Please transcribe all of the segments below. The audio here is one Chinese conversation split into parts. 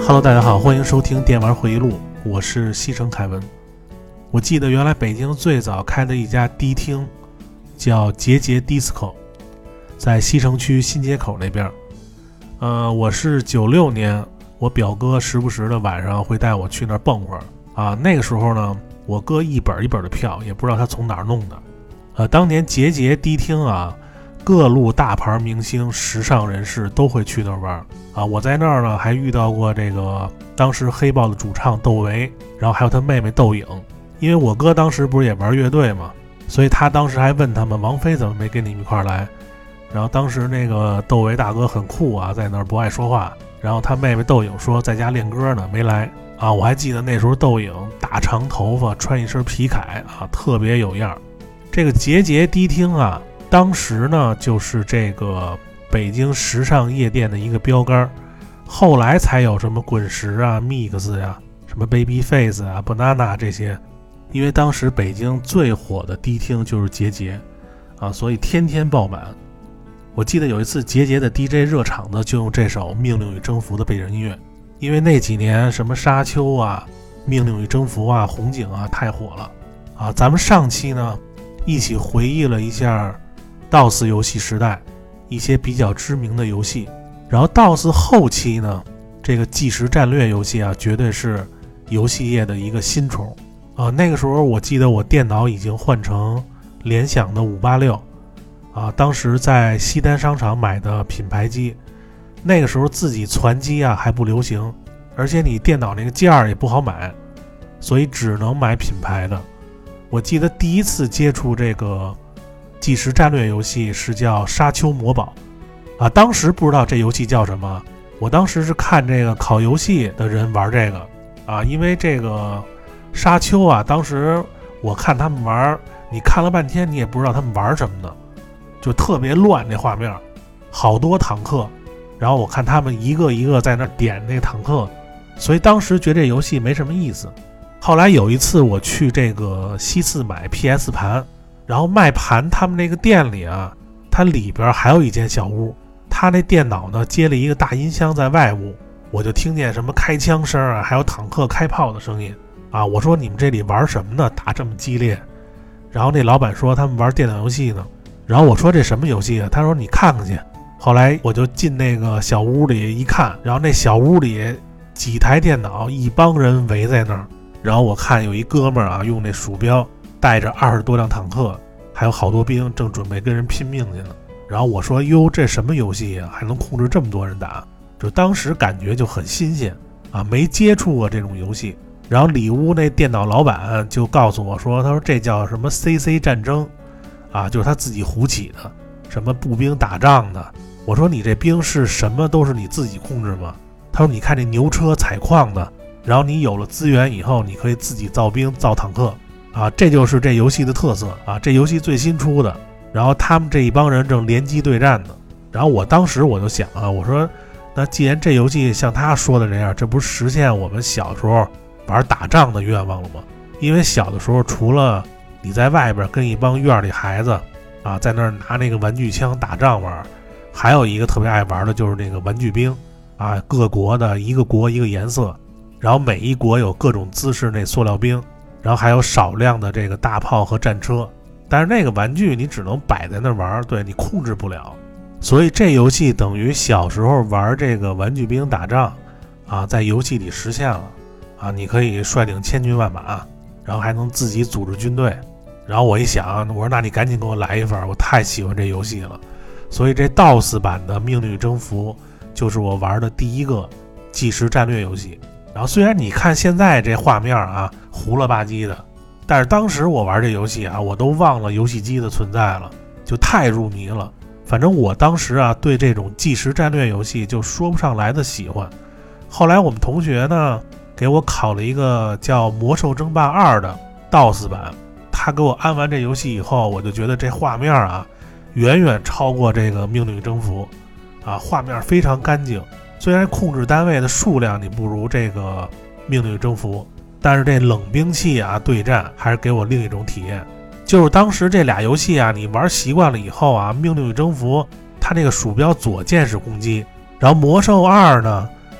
Hello， 大家好，欢迎收听电玩回忆录，我是西城凯文。我记得原来北京最早开的一家迪厅叫节节 Disco， 在西城区新街口那边。我是96年，我表哥时不时的晚上会带我去那儿蹦会儿啊。那个时候呢，我哥一本一本的票，也不知道他从哪儿弄的。当年节节迪厅啊，各路大牌明星、时尚人士都会去那儿玩啊。我在那儿呢，还遇到过这个当时黑豹的主唱窦唯，然后还有他妹妹窦颖。因为我哥当时不是也玩乐队嘛，所以他当时还问他们王菲怎么没跟你们一块儿来。然后当时那个窦唯大哥很酷啊，在那儿不爱说话。然后他妹妹窦颖说在家练歌呢，没来啊。我还记得那时候窦颖大长头发，穿一身皮铠啊，特别有样。这个节节迪厅啊，当时呢就是这个北京时尚夜店的一个标杆，后来才有什么滚石啊、Mix 呀、什么 Babyface 啊、Banana 这些。因为当时北京最火的迪厅就是节节啊，所以天天爆满。我记得有一次节节的 DJ 热场的就用这首《命令与征服》的背景音乐，因为那几年什么沙丘啊、命令与征服啊、红警啊太火了啊。咱们上期呢一起回忆了一下 DOS 游戏时代一些比较知名的游戏，然后 DOS 后期呢，这个即时战略游戏啊，绝对是游戏业的一个新宠啊。那个时候我记得我电脑已经换成联想的586啊，当时在西单商场买的品牌机，那个时候自己攒机啊还不流行，而且你电脑那个件也不好买，所以只能买品牌的。我记得第一次接触这个即时战略游戏是叫沙丘魔堡啊，当时不知道这游戏叫什么，我当时是看这个考游戏的人玩这个啊，因为这个沙丘啊，当时我看他们玩，你看了半天你也不知道他们玩什么呢，就特别乱，那画面好多坦克，然后我看他们一个一个在那点那个坦克，所以当时觉得这游戏没什么意思。后来有一次我去这个西四买 PS 盘，然后卖盘他们那个店里啊，它里边还有一间小屋，他那电脑呢接了一个大音箱在外屋，我就听见什么开枪声啊，还有坦克开炮的声音啊。我说你们这里玩什么呢，打这么激烈？然后那老板说他们玩电脑游戏呢。然后我说这什么游戏啊？他说你看看去。后来我就进那个小屋里一看，然后那小屋里几台电脑，一帮人围在那儿，然后我看有一哥们儿啊用那鼠标带着20多辆坦克，还有好多兵，正准备跟人拼命去呢。然后我说哟，这什么游戏啊，还能控制这么多人打？就当时感觉就很新鲜啊，没接触过这种游戏。然后里屋那电脑老板就告诉我说，他说这叫什么 CC 战争啊，就是他自己胡起的，什么步兵打仗的。我说你这兵是什么都是你自己控制吗？他说你看这牛车采矿的，然后你有了资源以后，你可以自己造兵造坦克啊，这就是这游戏的特色啊，这游戏最新出的。然后他们这一帮人正联机对战呢。然后我当时我就想啊，我说那既然这游戏像他说的这样，这不是实现我们小时候玩打仗的愿望了吗？因为小的时候除了你在外边跟一帮院里孩子啊，在那儿拿那个玩具枪打仗玩，还有一个特别爱玩的就是那个玩具兵啊，各国的一个国一个颜色，然后每一国有各种姿势那塑料兵，然后还有少量的这个大炮和战车，但是那个玩具你只能摆在那玩，对，你控制不了。所以这游戏等于小时候玩这个玩具兵打仗啊，在游戏里实现了啊，你可以率领千军万马，然后还能自己组织军队。然后我一想，我说那你赶紧给我来一份，我太喜欢这游戏了。所以这 DOS 版的命令与征服就是我玩的第一个即时战略游戏。然后虽然你看现在这画面啊糊了吧唧的，但是当时我玩这游戏啊，我都忘了游戏机的存在了，就太入迷了。反正我当时啊对这种即时战略游戏就说不上来的喜欢。后来我们同学呢给我考了一个叫魔兽争霸2的 DOS 版，他给我安完这游戏以后，我就觉得这画面啊远远超过这个命令与征服啊，画面非常干净。虽然控制单位的数量你不如这个命令与征服，但是这冷兵器啊对战还是给我另一种体验。就是当时这俩游戏啊，你玩习惯了以后啊，命令与征服它这个鼠标左键是攻击，然后魔兽2呢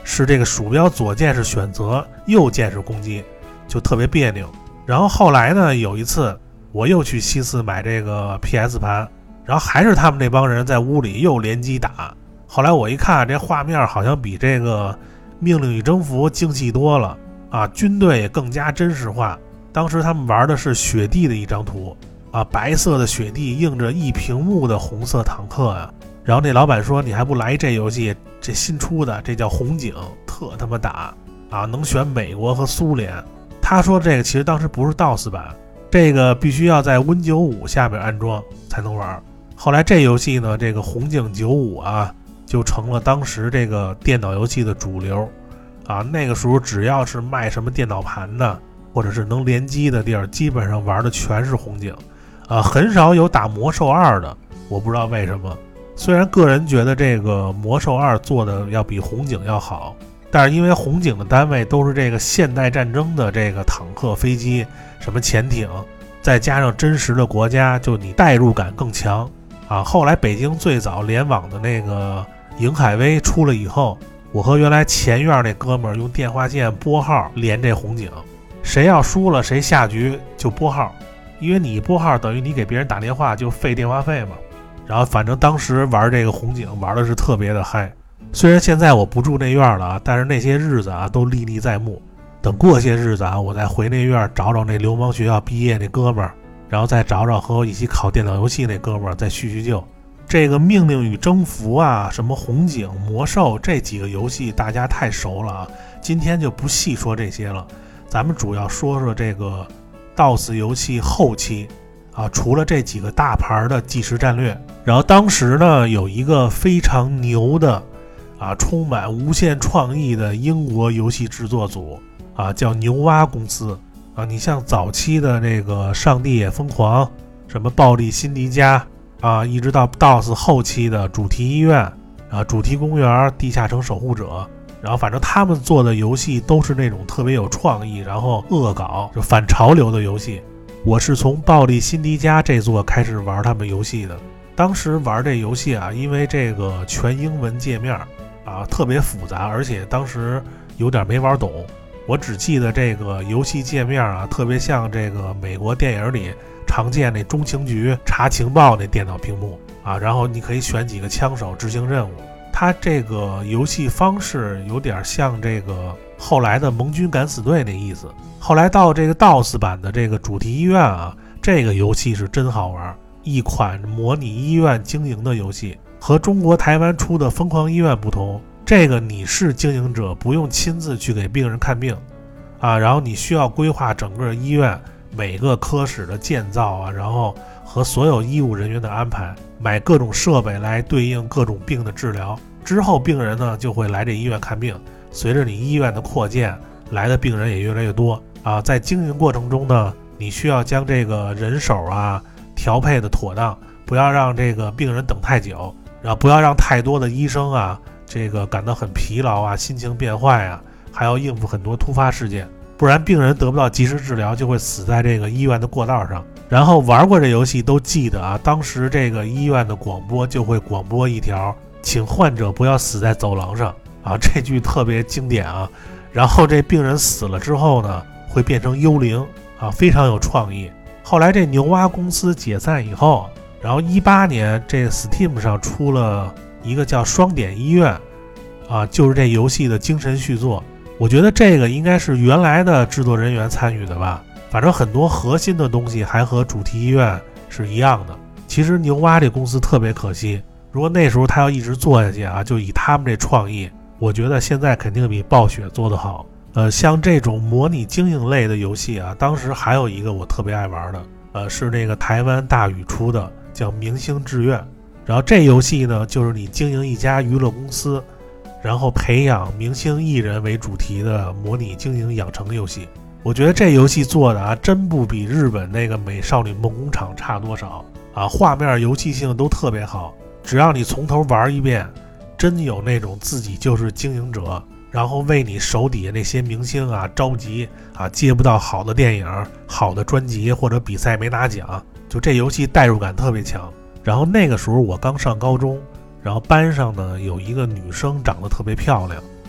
是这个鼠标左键是选择，右键是攻击，就特别别扭。然后后来呢，有一次我又去西四买这个 PS 盘，然后还是他们那帮人在屋里又联机打。后来我一看，这画面好像比这个命令与征服精细多了啊，军队也更加真实化。当时他们玩的是雪地的一张图啊，白色的雪地映着一屏幕的红色坦克呀。然后那老板说，你还不来这游戏，这新出的，这叫红警，特他妈打啊，能选美国和苏联。他说这个其实当时不是 DOS 版，这个必须要在 Win95 下面安装才能玩。后来这游戏呢，这个红警95啊，就成了当时这个电脑游戏的主流啊。那个时候只要是卖什么电脑盘的，或者是能联机的地儿，基本上玩的全是红警啊，很少有打魔兽2的，我不知道为什么。虽然个人觉得这个魔兽2做的要比红警要好，但是因为红警的单位都是这个现代战争的这个坦克、飞机、什么潜艇，再加上真实的国家，就你代入感更强啊。后来北京最早联网的那个瀛海威出了以后，我和原来前院那哥们儿用电话线拨号连这红警，谁要输了谁下局就拨号，因为你一拨号等于你给别人打电话就费电话费嘛。然后反正当时玩这个红警玩的是特别的嗨。虽然现在我不住那院了啊，但是那些日子啊都历历在目。等过些日子啊，我再回那院找找那流氓学校毕业那哥们儿，然后再找找和我一起考电脑游戏那哥们儿，再叙叙旧。这个命令与征服啊，什么红警、魔兽这几个游戏大家太熟了啊，今天就不细说这些了。咱们主要说说这个 DOS 游戏后期啊，除了这几个大牌的即时战略，然后当时呢有一个非常牛的啊，充满无限创意的英国游戏制作组啊，叫牛蛙公司啊。你像早期的那个《上帝也疯狂》，什么《暴力辛迪加》啊，一直到 DOS 后期的主题医院啊、主题公园、地下城守护者，然后反正他们做的游戏都是那种特别有创意，然后恶搞就反潮流的游戏。我是从暴力辛迪加这座开始玩他们游戏的。当时玩这游戏啊，因为这个全英文界面啊特别复杂，而且当时有点没玩懂。我只记得这个游戏界面啊，特别像这个美国电影里常见那中情局查情报那电脑屏幕啊，然后你可以选几个枪手执行任务。它这个游戏方式有点像这个后来的盟军敢死队那意思。后来到这个 DOS 版的这个主题医院啊，这个游戏是真好玩，一款模拟医院经营的游戏。和中国台湾出的疯狂医院不同，这个你是经营者，不用亲自去给病人看病啊，然后你需要规划整个医院每个科室的建造啊，然后和所有医务人员的安排，买各种设备来对应各种病的治疗。之后病人呢就会来这医院看病，随着你医院的扩建，来的病人也越来越多啊。在经营过程中呢，你需要将这个人手啊调配的妥当，不要让这个病人等太久，然后不要让太多的医生啊这个感到很疲劳啊，心情变坏啊，还要应付很多突发事件，不然病人得不到及时治疗，就会死在这个医院的过道上。然后玩过这游戏都记得啊，当时这个医院的广播就会广播一条，请患者不要死在走廊上啊，这句特别经典啊。然后这病人死了之后呢，会变成幽灵啊，非常有创意。后来这牛蛙公司解散以后，然后18年这 Steam 上出了一个叫双点医院啊，就是这游戏的精神续作。我觉得这个应该是原来的制作人员参与的吧，反正很多核心的东西还和主题医院是一样的。其实牛蛙这公司特别可惜，如果那时候他要一直做下去啊，就以他们这创意，我觉得现在肯定比暴雪做得好。像这种模拟经营类的游戏啊，当时还有一个我特别爱玩的，是那个台湾大宇出的，叫明星志愿。然后这游戏呢，就是你经营一家娱乐公司，然后培养明星艺人为主题的模拟经营养成游戏。我觉得这游戏做的啊，真不比日本那个美少女梦工厂差多少啊，画面游戏性都特别好。只要你从头玩一遍，真有那种自己就是经营者，然后为你手底下那些明星啊着急啊，接不到好的电影、好的专辑或者比赛没拿奖，就这游戏代入感特别强。然后那个时候我刚上高中，然后班上呢有一个女生长得特别漂亮，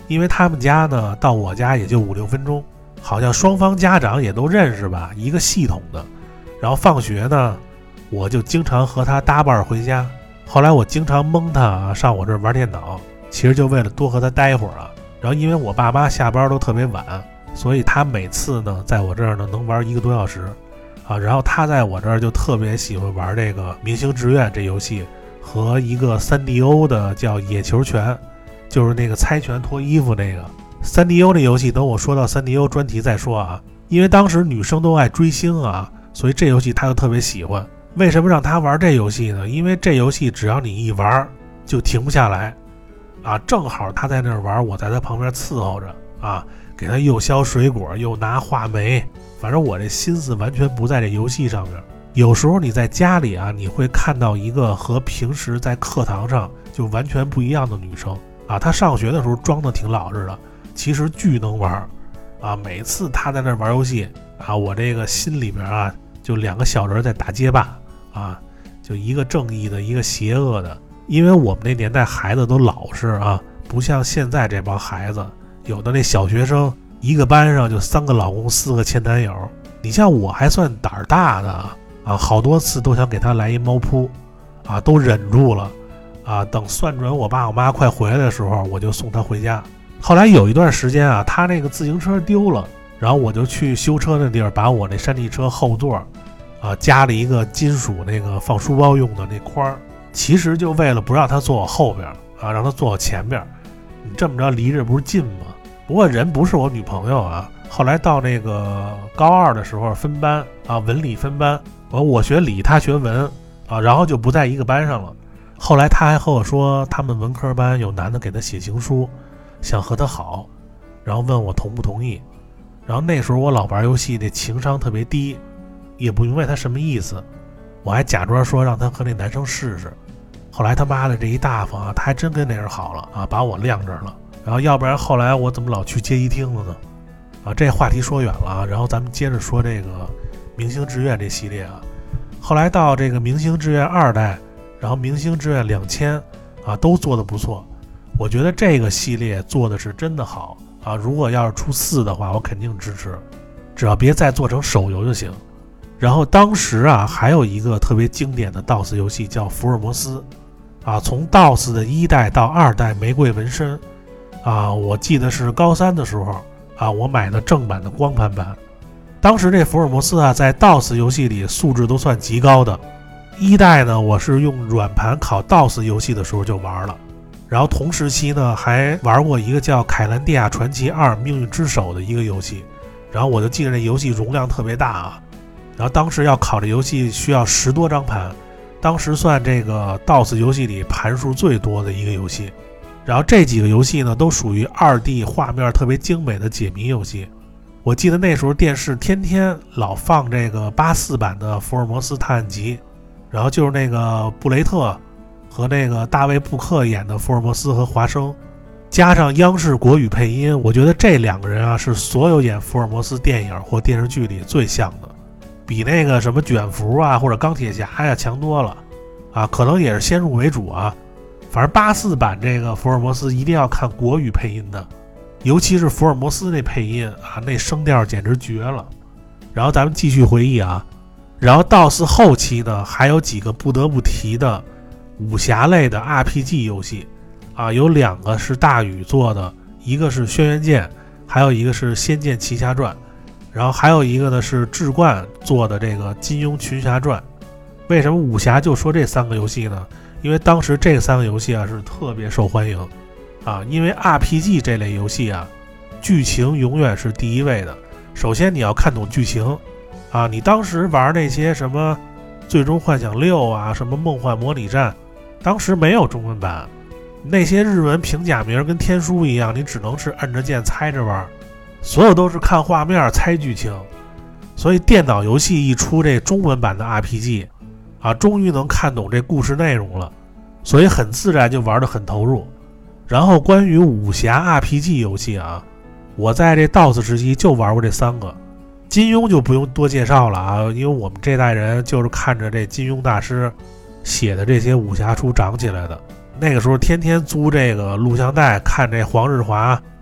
因为他们家呢到我家也就5-6分钟，好像双方家长也都认识吧，一个系统的。然后放学呢，我就经常和他搭伴回家。后来我经常蒙他上我这儿玩电脑，其实就为了多和他待会儿啊。然后因为我爸妈下班都特别晚，所以他每次呢在我这儿呢能玩1个多小时啊。然后他在我这儿就特别喜欢玩这个明星志愿这游戏和一个 3DO 的叫野球拳，就是那个猜拳脱衣服那个。3DO 这游戏等我说到 3DO 专题再说啊。因为当时女生都爱追星啊，所以这游戏他就特别喜欢。为什么让他玩这游戏呢？因为这游戏只要你一玩就停不下来啊。正好他在那儿玩，我在他旁边伺候着啊，给他又削水果又拿话梅，反正我这心思完全不在这游戏上面。有时候你在家里啊，你会看到一个和平时在课堂上就完全不一样的女生啊。她上学的时候装的挺老实的，其实巨能玩啊。每次她在那玩游戏啊，我这个心里边啊就2个小人在打街霸啊，就一个正义的，一个邪恶的。因为我们那年代孩子都老实啊，不像现在这帮孩子，有的那小学生一个班上就3个老公4个前男友。你像我还算胆儿大的啊，好多次都想给他来一猫扑啊，都忍住了啊。等算准我爸我妈快回来的时候，我就送他回家。后来有一段时间啊，他那个自行车丢了，然后我就去修车那地儿把我那山地车后座啊加了一个金属那个放书包用的那框，其实就为了不让他坐我后边啊，让他坐我前边。你这么着离着不是近吗？不过人不是我女朋友啊。后来到那个高2的时候分班啊，文理分班，我学理他学文啊，然后就不在一个班上了。后来他还和我说他们文科班有男的给他写情书，想和他好，然后问我同不同意。然后那时候我老玩游戏，那情商特别低，也不明白他什么意思，我还假装说让他和那男生试试。后来他妈的这一大方啊，他还真跟那人好了啊，把我晾这儿了。然后要不然后来我怎么老去街机厅了呢？啊，这话题说远了啊。然后咱们接着说这个明星志愿这系列啊。后来到这个明星志愿2代，然后明星志愿2000啊，都做得不错。我觉得这个系列做的是真的好啊。如果要是出4的话，我肯定支持，只要别再做成手游就行。然后当时啊，还有一个特别经典的 DOS 游戏叫福尔摩斯啊。从 DOS 的1代到2代玫瑰纹身啊，我记得是高3的时候啊，我买的正版的光盘版。当时这福尔摩斯啊，在 DOS 游戏里素质都算极高的。1代呢，我是用软盘拷 DOS 游戏的时候就玩了。然后同时期呢，还玩过一个叫《凯兰蒂亚传奇2：命运之手》的一个游戏。然后我就记得这游戏容量特别大啊。然后当时要拷这游戏需要10多张盘，当时算这个 DOS 游戏里盘数最多的一个游戏。然后这几个游戏呢，都属于2D 画面特别精美的解谜游戏。我记得那时候电视天天老放这个84版的福尔摩斯探案集，然后就是那个布雷特和那个大卫布克演的福尔摩斯和华生，加上央视国语配音，我觉得这2个人啊是所有演福尔摩斯电影或电视剧里最像的，比那个什么卷福啊或者钢铁侠呀强多了啊。可能也是先入为主啊，反正84版这个福尔摩斯一定要看国语配音的，尤其是福尔摩斯那配音啊，那声调简直绝了。然后咱们继续回忆啊，然后DOS后期呢，还有几个不得不提的武侠类的 RPG 游戏啊，有2个是大宇做的，一个是轩辕剑，还有一个是仙剑奇侠传，然后还有一个呢是志冠做的这个金庸群侠传。为什么武侠就说这3个游戏呢？因为当时这3个游戏啊是特别受欢迎啊。因为 RPG 这类游戏啊，剧情永远是第一位的。首先你要看懂剧情啊，你当时玩那些什么最终幻想6啊，什么梦幻模拟战，当时没有中文版，那些日文平假名跟天书一样，你只能是摁着键猜着玩，所有都是看画面猜剧情。所以电脑游戏一出这中文版的 RPG啊，终于能看懂这故事内容了，所以很自然就玩得很投入。然后关于武侠 RPG 游戏啊，我在这 DOS 时期就玩过这3个。金庸就不用多介绍了啊，因为我们这代人就是看着这金庸大师写的这些武侠书长起来的。那个时候天天租这个录像带看这黄日华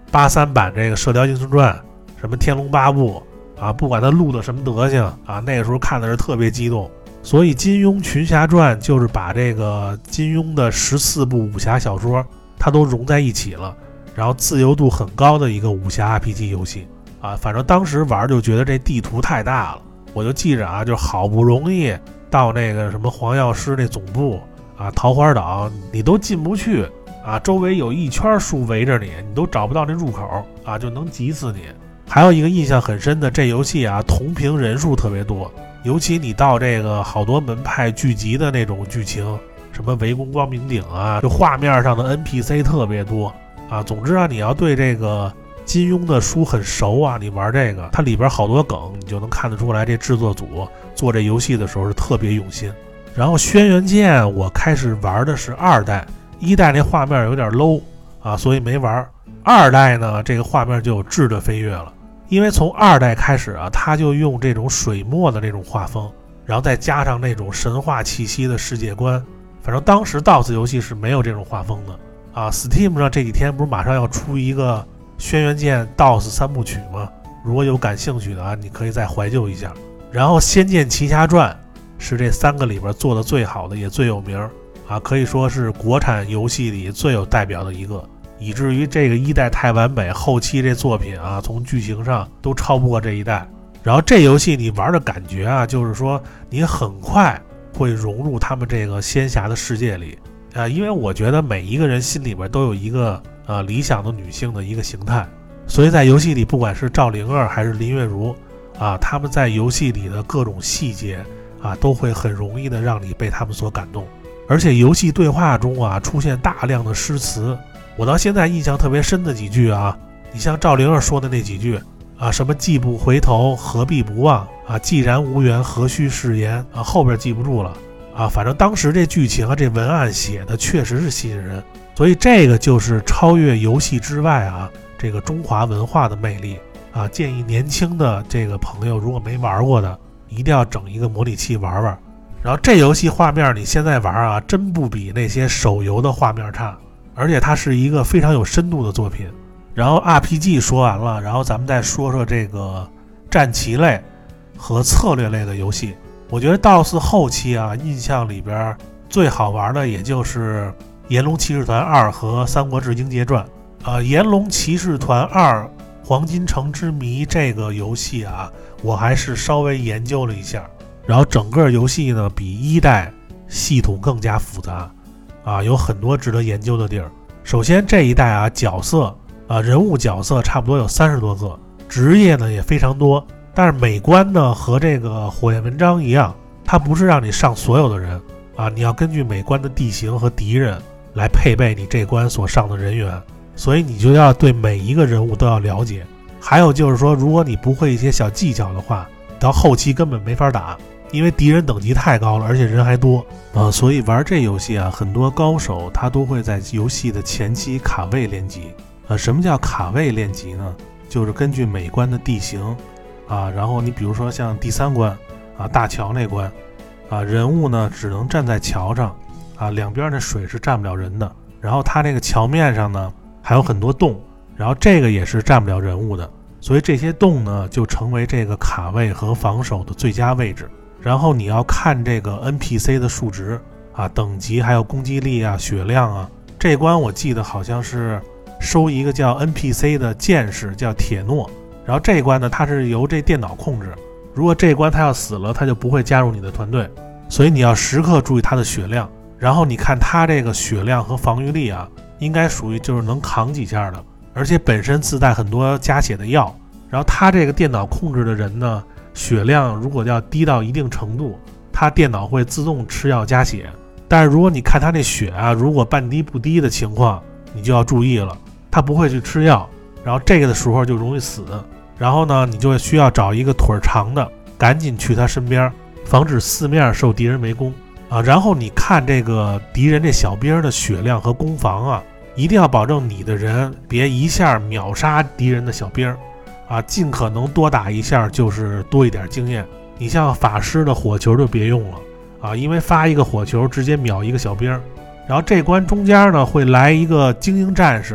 83版这个《射雕英雄传》，什么《天龙八部》啊，不管他录的什么德行啊，那个时候看的是特别激动。所以金庸群侠传就是把这个金庸的14部武侠小说它都融在一起了，然后自由度很高的一个武侠 RPG 游戏啊。反正当时玩就觉得这地图太大了，我就记着啊，就好不容易到那个什么黄药师那总部啊，桃花岛你都进不去啊，周围有一圈树围着你，你都找不到那入口啊，就能急死你。还有一个印象很深的，这游戏啊同屏人数特别多，尤其你到这个好多门派聚集的那种剧情，什么围攻光明顶啊，就画面上的 NPC 特别多啊。总之啊，你要对这个金庸的书很熟啊，你玩这个它里边好多梗，你就能看得出来这制作组做这游戏的时候是特别用心。然后轩辕剑我开始玩的是2代，1代那画面有点 low 啊，所以没玩。2代呢，这个画面就有质的飞跃了。因为从2代开始啊，他就用这种水墨的这种画风，然后再加上那种神话气息的世界观，反正当时 DOS 游戏是没有这种画风的啊。Steam 上这几天不是马上要出一个轩辕剑 DOS 3部曲吗？如果有感兴趣的啊，你可以再怀旧一下。然后仙剑奇侠传是这3个里边做的最好的，也最有名啊，可以说是国产游戏里最有代表的一个。以至于这个1代太完美，后期这作品啊，从剧情上都超不过这1代。然后这游戏你玩的感觉啊，就是说你很快会融入他们这个仙侠的世界里啊，因为我觉得每一个人心里边都有一个理想的女性的一个形态，所以在游戏里不管是赵灵儿还是林月如啊，他们在游戏里的各种细节啊，都会很容易的让你被他们所感动。而且游戏对话中啊，出现大量的诗词。我到现在印象特别深的几句啊，你像赵灵儿说的那几句啊，什么既不回头何必不忘啊，既然无缘何须誓言啊，后边记不住了啊。反正当时这剧情啊，这文案写的确实是吸引人，所以这个就是超越游戏之外啊，这个中华文化的魅力啊。建议年轻的这个朋友如果没玩过的，一定要整一个模拟器玩玩。然后这游戏画面你现在玩啊，真不比那些手游的画面差。而且它是一个非常有深度的作品。然后 RPG 说完了，然后咱们再说说这个战棋类和策略类的游戏。我觉得 DOS 后期啊，印象里边最好玩的也就是炎龙骑士团2和三国志英杰传炎龙骑士团2黄金城之谜这个游戏啊，我还是稍微研究了一下，然后整个游戏呢比1代系统更加复杂啊，有很多值得研究的地儿。首先这一代啊，角色啊，人物角色差不多有30多个，职业呢也非常多，但是美观呢和这个火焰文章一样，它不是让你上所有的人啊，你要根据美观的地形和敌人来配备你这关所上的人员，所以你就要对每一个人物都要了解。还有就是说，如果你不会一些小技巧的话，到后期根本没法打，因为敌人等级太高了，而且人还多所以玩这游戏啊，很多高手他都会在游戏的前期卡位练级什么叫卡位练级呢？就是根据美观的地形然后你比如说像第3关大桥那关人物呢只能站在桥上两边的水是站不了人的，然后它这个桥面上呢还有很多洞，然后这个也是站不了人物的，所以这些洞呢就成为这个卡位和防守的最佳位置。然后你要看这个 NPC 的数值等级，还有攻击力血量这关我记得好像是收一个叫 NPC 的剑士叫铁诺，然后这一关呢它是由这电脑控制，如果这一关他要死了，他就不会加入你的团队，所以你要时刻注意他的血量。然后你看他这个血量和防御力应该属于就是能扛几下的，而且本身自带很多加血的药。然后他这个电脑控制的人呢，血量如果要低到一定程度，他电脑会自动吃药加血。但是如果你看他那血如果半低不低的情况，你就要注意了，他不会去吃药，然后这个的时候就容易死。然后呢，你就需要找一个腿长的，赶紧去他身边，防止四面受敌人围攻然后你看这个敌人这小兵的血量和攻防一定要保证你的人别一下秒杀敌人的小兵尽可能多打一下，就是多一点经验。你像法师的火球就别用了因为发一个火球直接秒一个小兵。然后这关中间呢会来一个精英战士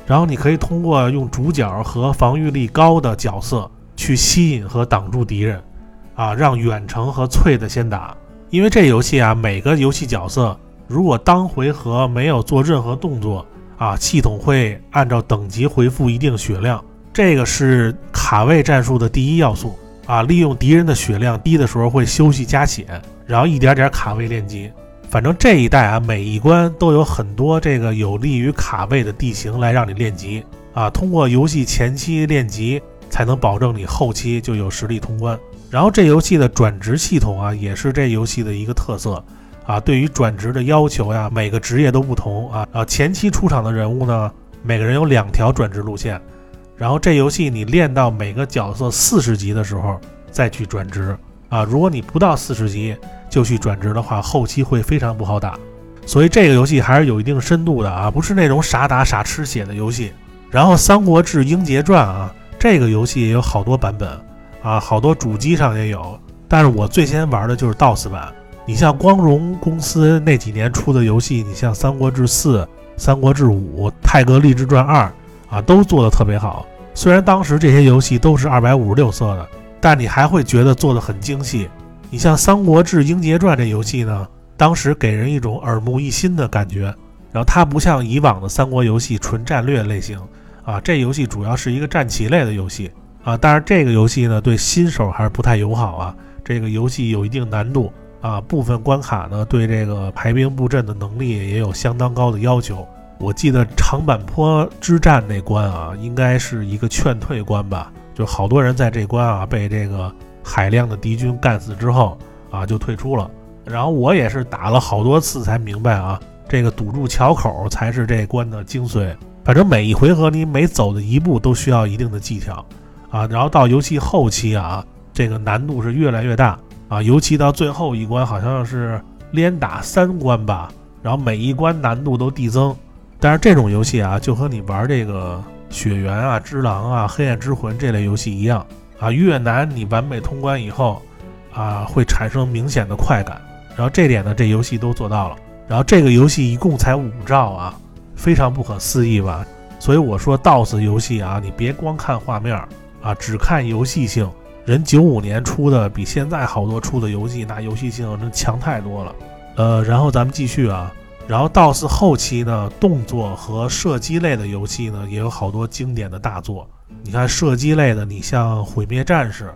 然后你可以通过用主角和防御力高的角色去吸引和挡住敌人让远程和脆的先打。因为这游戏每个游戏角色如果当回合没有做任何动作系统会按照等级回复一定血量，这个是卡位战术的第一要素利用敌人的血量低的时候会休息加血，然后一点点卡位练级。反正这一代每一关都有很多这个有利于卡位的地形来让你练级通过游戏前期练级才能保证你后期就有实力通关。然后这游戏的转职系统也是这游戏的一个特色对于转职的要求每个职业都不同前期出场的人物呢，每个人有2条转职路线，然后这游戏你练到每个角色40级的时候再去转职如果你不到40级就去转职的话，后期会非常不好打。所以这个游戏还是有一定深度的不是那种傻打傻吃血的游戏。然后《三国志英杰传》这个游戏也有好多版本好多主机上也有，但是我最先玩的就是 DOS 版。你像光荣公司那几年出的游戏，你像《三国志4》《三国志5》《泰格励志传2》都做得特别好。虽然当时这些游戏都是256色的，但你还会觉得做得很精细。你像《三国志英杰传》这游戏呢，当时给人一种耳目一新的感觉。然后它不像以往的三国游戏纯战略类型这游戏主要是一个战棋类的游戏但是这个游戏呢对新手还是不太友好这个游戏有一定难度部分关卡呢对这个排兵布阵的能力也有相当高的要求。我记得长坂坡之战那关应该是一个劝退关吧，就好多人在这关被这个海量的敌军干死之后就退出了。然后我也是打了好多次才明白这个堵住桥口才是这关的精髓。反正每一回合你每走的一步都需要一定的技巧然后到游戏后期这个难度是越来越大尤其到最后一关好像是连打3关吧，然后每一关难度都递增。但是这种游戏就和你玩这个血缘只狼黑暗之魂这类游戏一样越难你完美通关以后会产生明显的快感。然后这点呢这游戏都做到了。然后这个游戏一共才5兆非常不可思议吧。所以我说 DOS 游戏你别光看画面只看游戏性。人95年出的比现在好多出的游戏那游戏性真强太多了。然后咱们继续然后 DOS 后期呢，动作和射击类的游戏呢也有好多经典的大作。你看射击类的，你像毁灭战士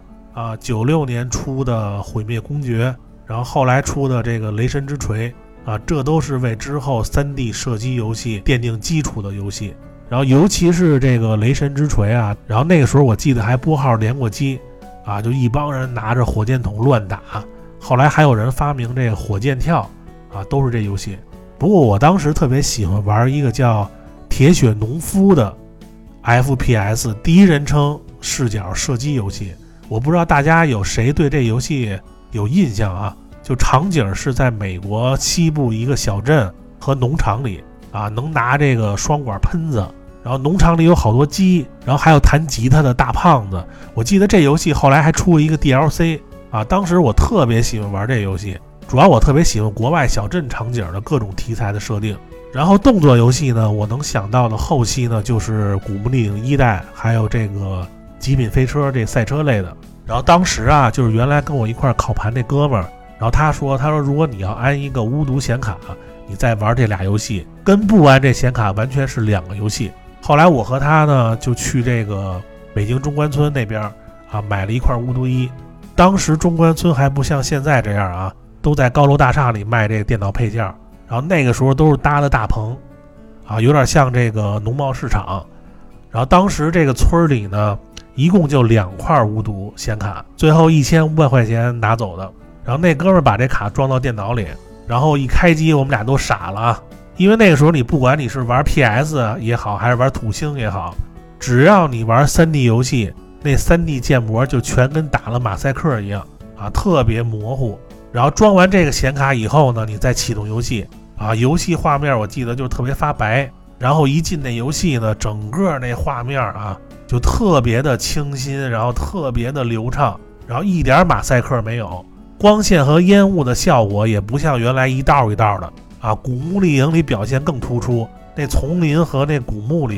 96年出的毁灭公爵，然后后来出的这个雷神之锤这都是为之后 3D 射击游戏奠定基础的游戏。然后尤其是这个雷神之锤然后那个时候我记得还拨号连过机就一帮人拿着火箭筒乱打。后来还有人发明这个火箭跳都是这游戏。不过我当时特别喜欢玩一个叫铁血农夫的 FPS 第一人称视角射击游戏。我不知道大家有谁对这游戏有印象就场景是在美国西部一个小镇和农场里能拿这个双管喷子，然后农场里有好多鸡，然后还有弹吉他的大胖子。我记得这游戏后来还出了一个 DLC 当时我特别喜欢玩这游戏，主要我特别喜欢国外小镇场景的各种题材的设定。然后动作游戏呢，我能想到的后期呢就是古墓丽影1代，还有这个极品飞车这赛车类的。然后当时就是原来跟我一块烤盘那哥们儿，然后他说如果你要安一个巫毒显卡，你再玩这俩游戏，跟不安这显卡完全是2个游戏。后来我和他呢就去这个北京中关村那边买了一块巫毒1。当时中关村还不像现在这样都在高楼大厦里卖这个电脑配件，然后那个时候都是搭的大棚有点像这个农贸市场。然后当时这个村里呢一共就2块巫毒显卡，最后1500块钱拿走的。然后那哥们把这卡装到电脑里，然后一开机我们俩都傻了因为那个时候你不管你是玩 PS 也好还是玩土星也好，只要你玩 3D 游戏，那 3D 建模就全跟打了马赛克一样特别模糊。然后装完这个显卡以后呢，你再启动游戏游戏画面我记得就特别发白，然后一进那游戏呢，整个那画面就特别的清新，然后特别的流畅，然后一点马赛克没有，光线和烟雾的效果也不像原来一道一道的古墓丽影里表现更突出。那丛林和那古墓里边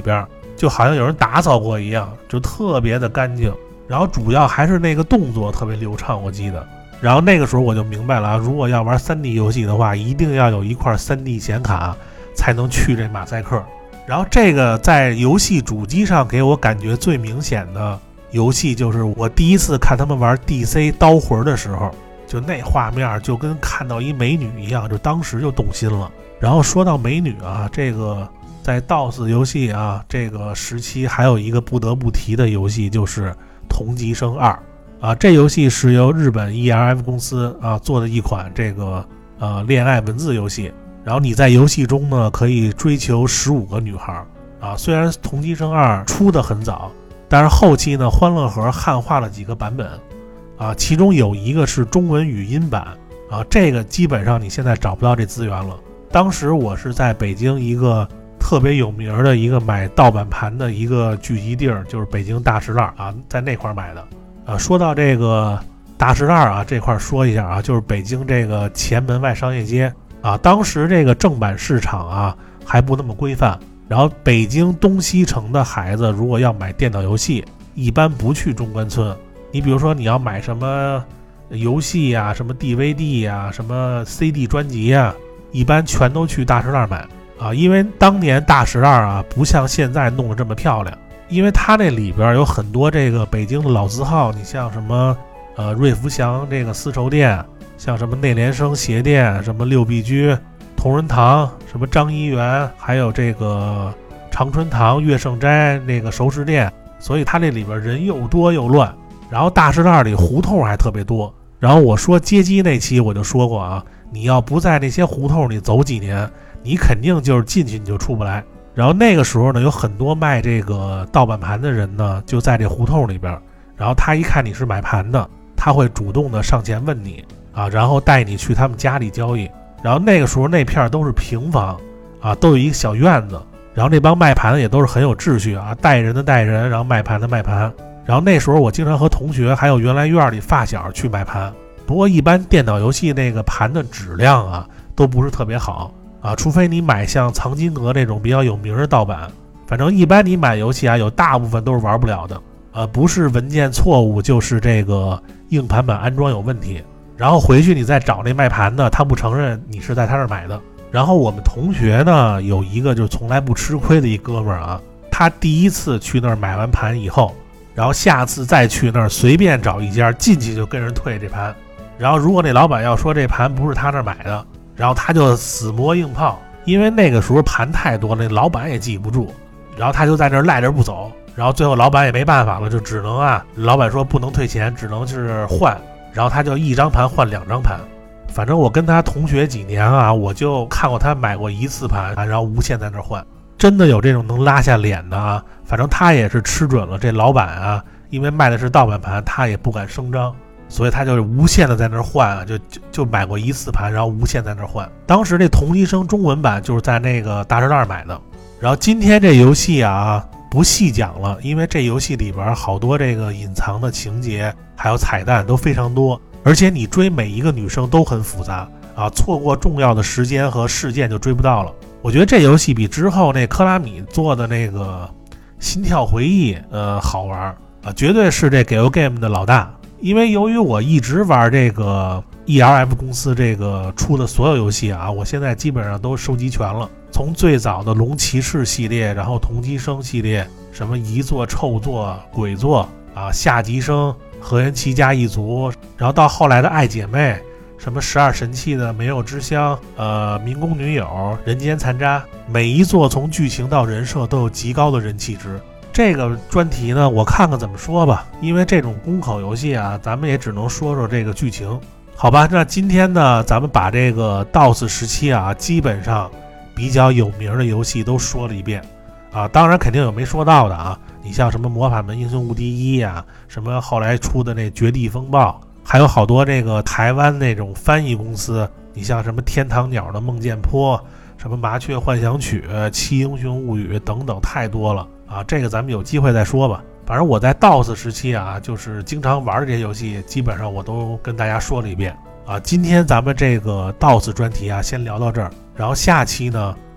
就好像有人打扫过一样，就特别的干净。然后主要还是那个动作特别流畅，我记得。然后那个时候我就明白了，如果要玩 3D 游戏的话，一定要有一块 3D 显卡才能去这马赛克。然后这个在游戏主机上给我感觉最明显的游戏，就是我第一次看他们玩 DC 刀魂的时候，就那画面就跟看到一美女一样，就当时就动心了。然后说到美女啊，这个在 DOS 游戏啊这个时期还有一个不得不提的游戏，就是同级生2啊。这游戏是由日本 ELF 公司啊做的一款这个恋爱文字游戏。然后你在游戏中呢可以追求15个女孩啊。虽然同级生2出的很早，但是后期呢欢乐盒汉化了几个版本啊，其中有一个是中文语音版啊，这个基本上你现在找不到这资源了。当时我是在北京一个特别有名的一个买盗版盘的一个聚集地儿，就是北京大石栏啊，在那块买的啊。说到这个大石栏啊，这块说一下啊，就是北京这个前门外商业街啊，当时这个正版市场啊还不那么规范，然后北京东西城的孩子如果要买电脑游戏，一般不去中关村。你比如说你要买什么游戏啊，什么 DVD 啊，什么 CD 专辑啊，一般全都去大石栏买啊。因为当年大石栏啊不像现在弄得这么漂亮，因为它那里边有很多这个北京的老字号，你像什么瑞福祥这个丝绸店，像什么内联升鞋店，什么六必居、同仁堂，什么张一元，还有这个长春堂、乐盛斋那个熟食店，所以它这里边人又多又乱。然后大石栏里胡同还特别多。然后我说街机那期我就说过啊，你要不在那些胡同里走几年，你肯定就是进去你就出不来。然后那个时候呢，有很多卖这个盗版盘的人呢，就在这胡同里边。然后他一看你是买盘的，他会主动的上前问你啊，然后带你去他们家里交易。然后那个时候那片都是平房啊，都有一个小院子。然后那帮卖盘的也都是很有秩序啊，带人的带人，然后卖盘的卖盘。然后那时候我经常和同学还有原来院里发小去买盘。不过一般电脑游戏那个盘的质量啊都不是特别好啊，除非你买像藏金阁那种比较有名的盗版，反正一般你买游戏啊有大部分都是玩不了的，不是文件错误就是这个硬盘版安装有问题。然后回去你再找那卖盘的，他不承认你是在他那儿买的。然后我们同学呢有一个就从来不吃亏的一哥们儿啊，他第一次去那儿买完盘以后，然后下次再去那儿随便找一家进去就跟人退这盘。然后如果那老板要说这盘不是他那儿买的，然后他就死磨硬泡，因为那个时候盘太多了，那老板也记不住，然后他就在那儿赖着不走。然后最后老板也没办法了，就只能老板说不能退钱，只能是换，然后他就一张盘换2张盘。反正我跟他同学几年啊，我就看过他买过一次盘，然后无限在那儿换。真的有这种能拉下脸的啊，反正他也是吃准了这老板啊，因为卖的是盗版盘，他也不敢声张，所以他就是无限的在那儿换啊，就买过一次盘，然后无限在那儿换。当时这同级生中文版就是在那个大石栏买的。然后今天这游戏啊不细讲了，因为这游戏里边好多这个隐藏的情节还有彩蛋都非常多，而且你追每一个女生都很复杂啊，错过重要的时间和事件就追不到了。我觉得这游戏比之后那科拉米做的那个心跳回忆好玩啊，绝对是这 Galgame 的老大。因为由于我一直玩这个 ELF 公司这个出的所有游戏啊，我现在基本上都收集全了。从最早的龙骑士系列，然后同级生系列，什么遗作、臭作、鬼作啊，下级生、河原七家一族，然后到后来的爱姐妹，什么12神器的没有之乡，民工女友、人间残渣，每一作从剧情到人设都有极高的人气值。这个专题呢，我看看怎么说吧，因为这种公口游戏啊，咱们也只能说说这个剧情，好吧？那今天呢，咱们把这个 DOS 时期啊，基本上比较有名的游戏都说了一遍啊，当然肯定有没说到的啊，你像什么魔法门英雄无敌1啊，什么后来出的那绝地风暴，还有好多这个台湾那种翻译公司，你像什么天堂鸟的梦见坡，什么麻雀幻想曲、七英雄物语等等，太多了啊，这个咱们有机会再说吧。反正我在 DOS 时期啊，就是经常玩的这些游戏，基本上我都跟大家说了一遍啊。今天咱们这个 DOS 专题啊，先聊到这儿，然后下期呢，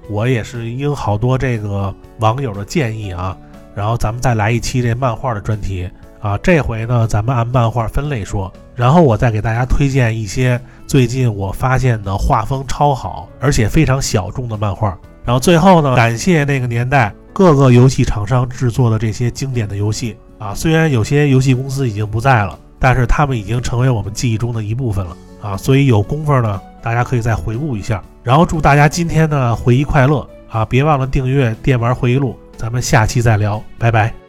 我也是应好多这个网友的建议啊，然后咱们再来一期这漫画的专题啊。这回呢，咱们按漫画分类说，然后我再给大家推荐一些最近我发现的画风超好而且非常小众的漫画。然后最后呢，感谢那个年代各个游戏厂商制作的这些经典的游戏啊，虽然有些游戏公司已经不在了，但是他们已经成为我们记忆中的一部分了啊，所以有功夫呢，大家可以再回顾一下。然后祝大家今天呢回忆快乐啊，别忘了订阅电玩回忆录，咱们下期再聊，拜拜。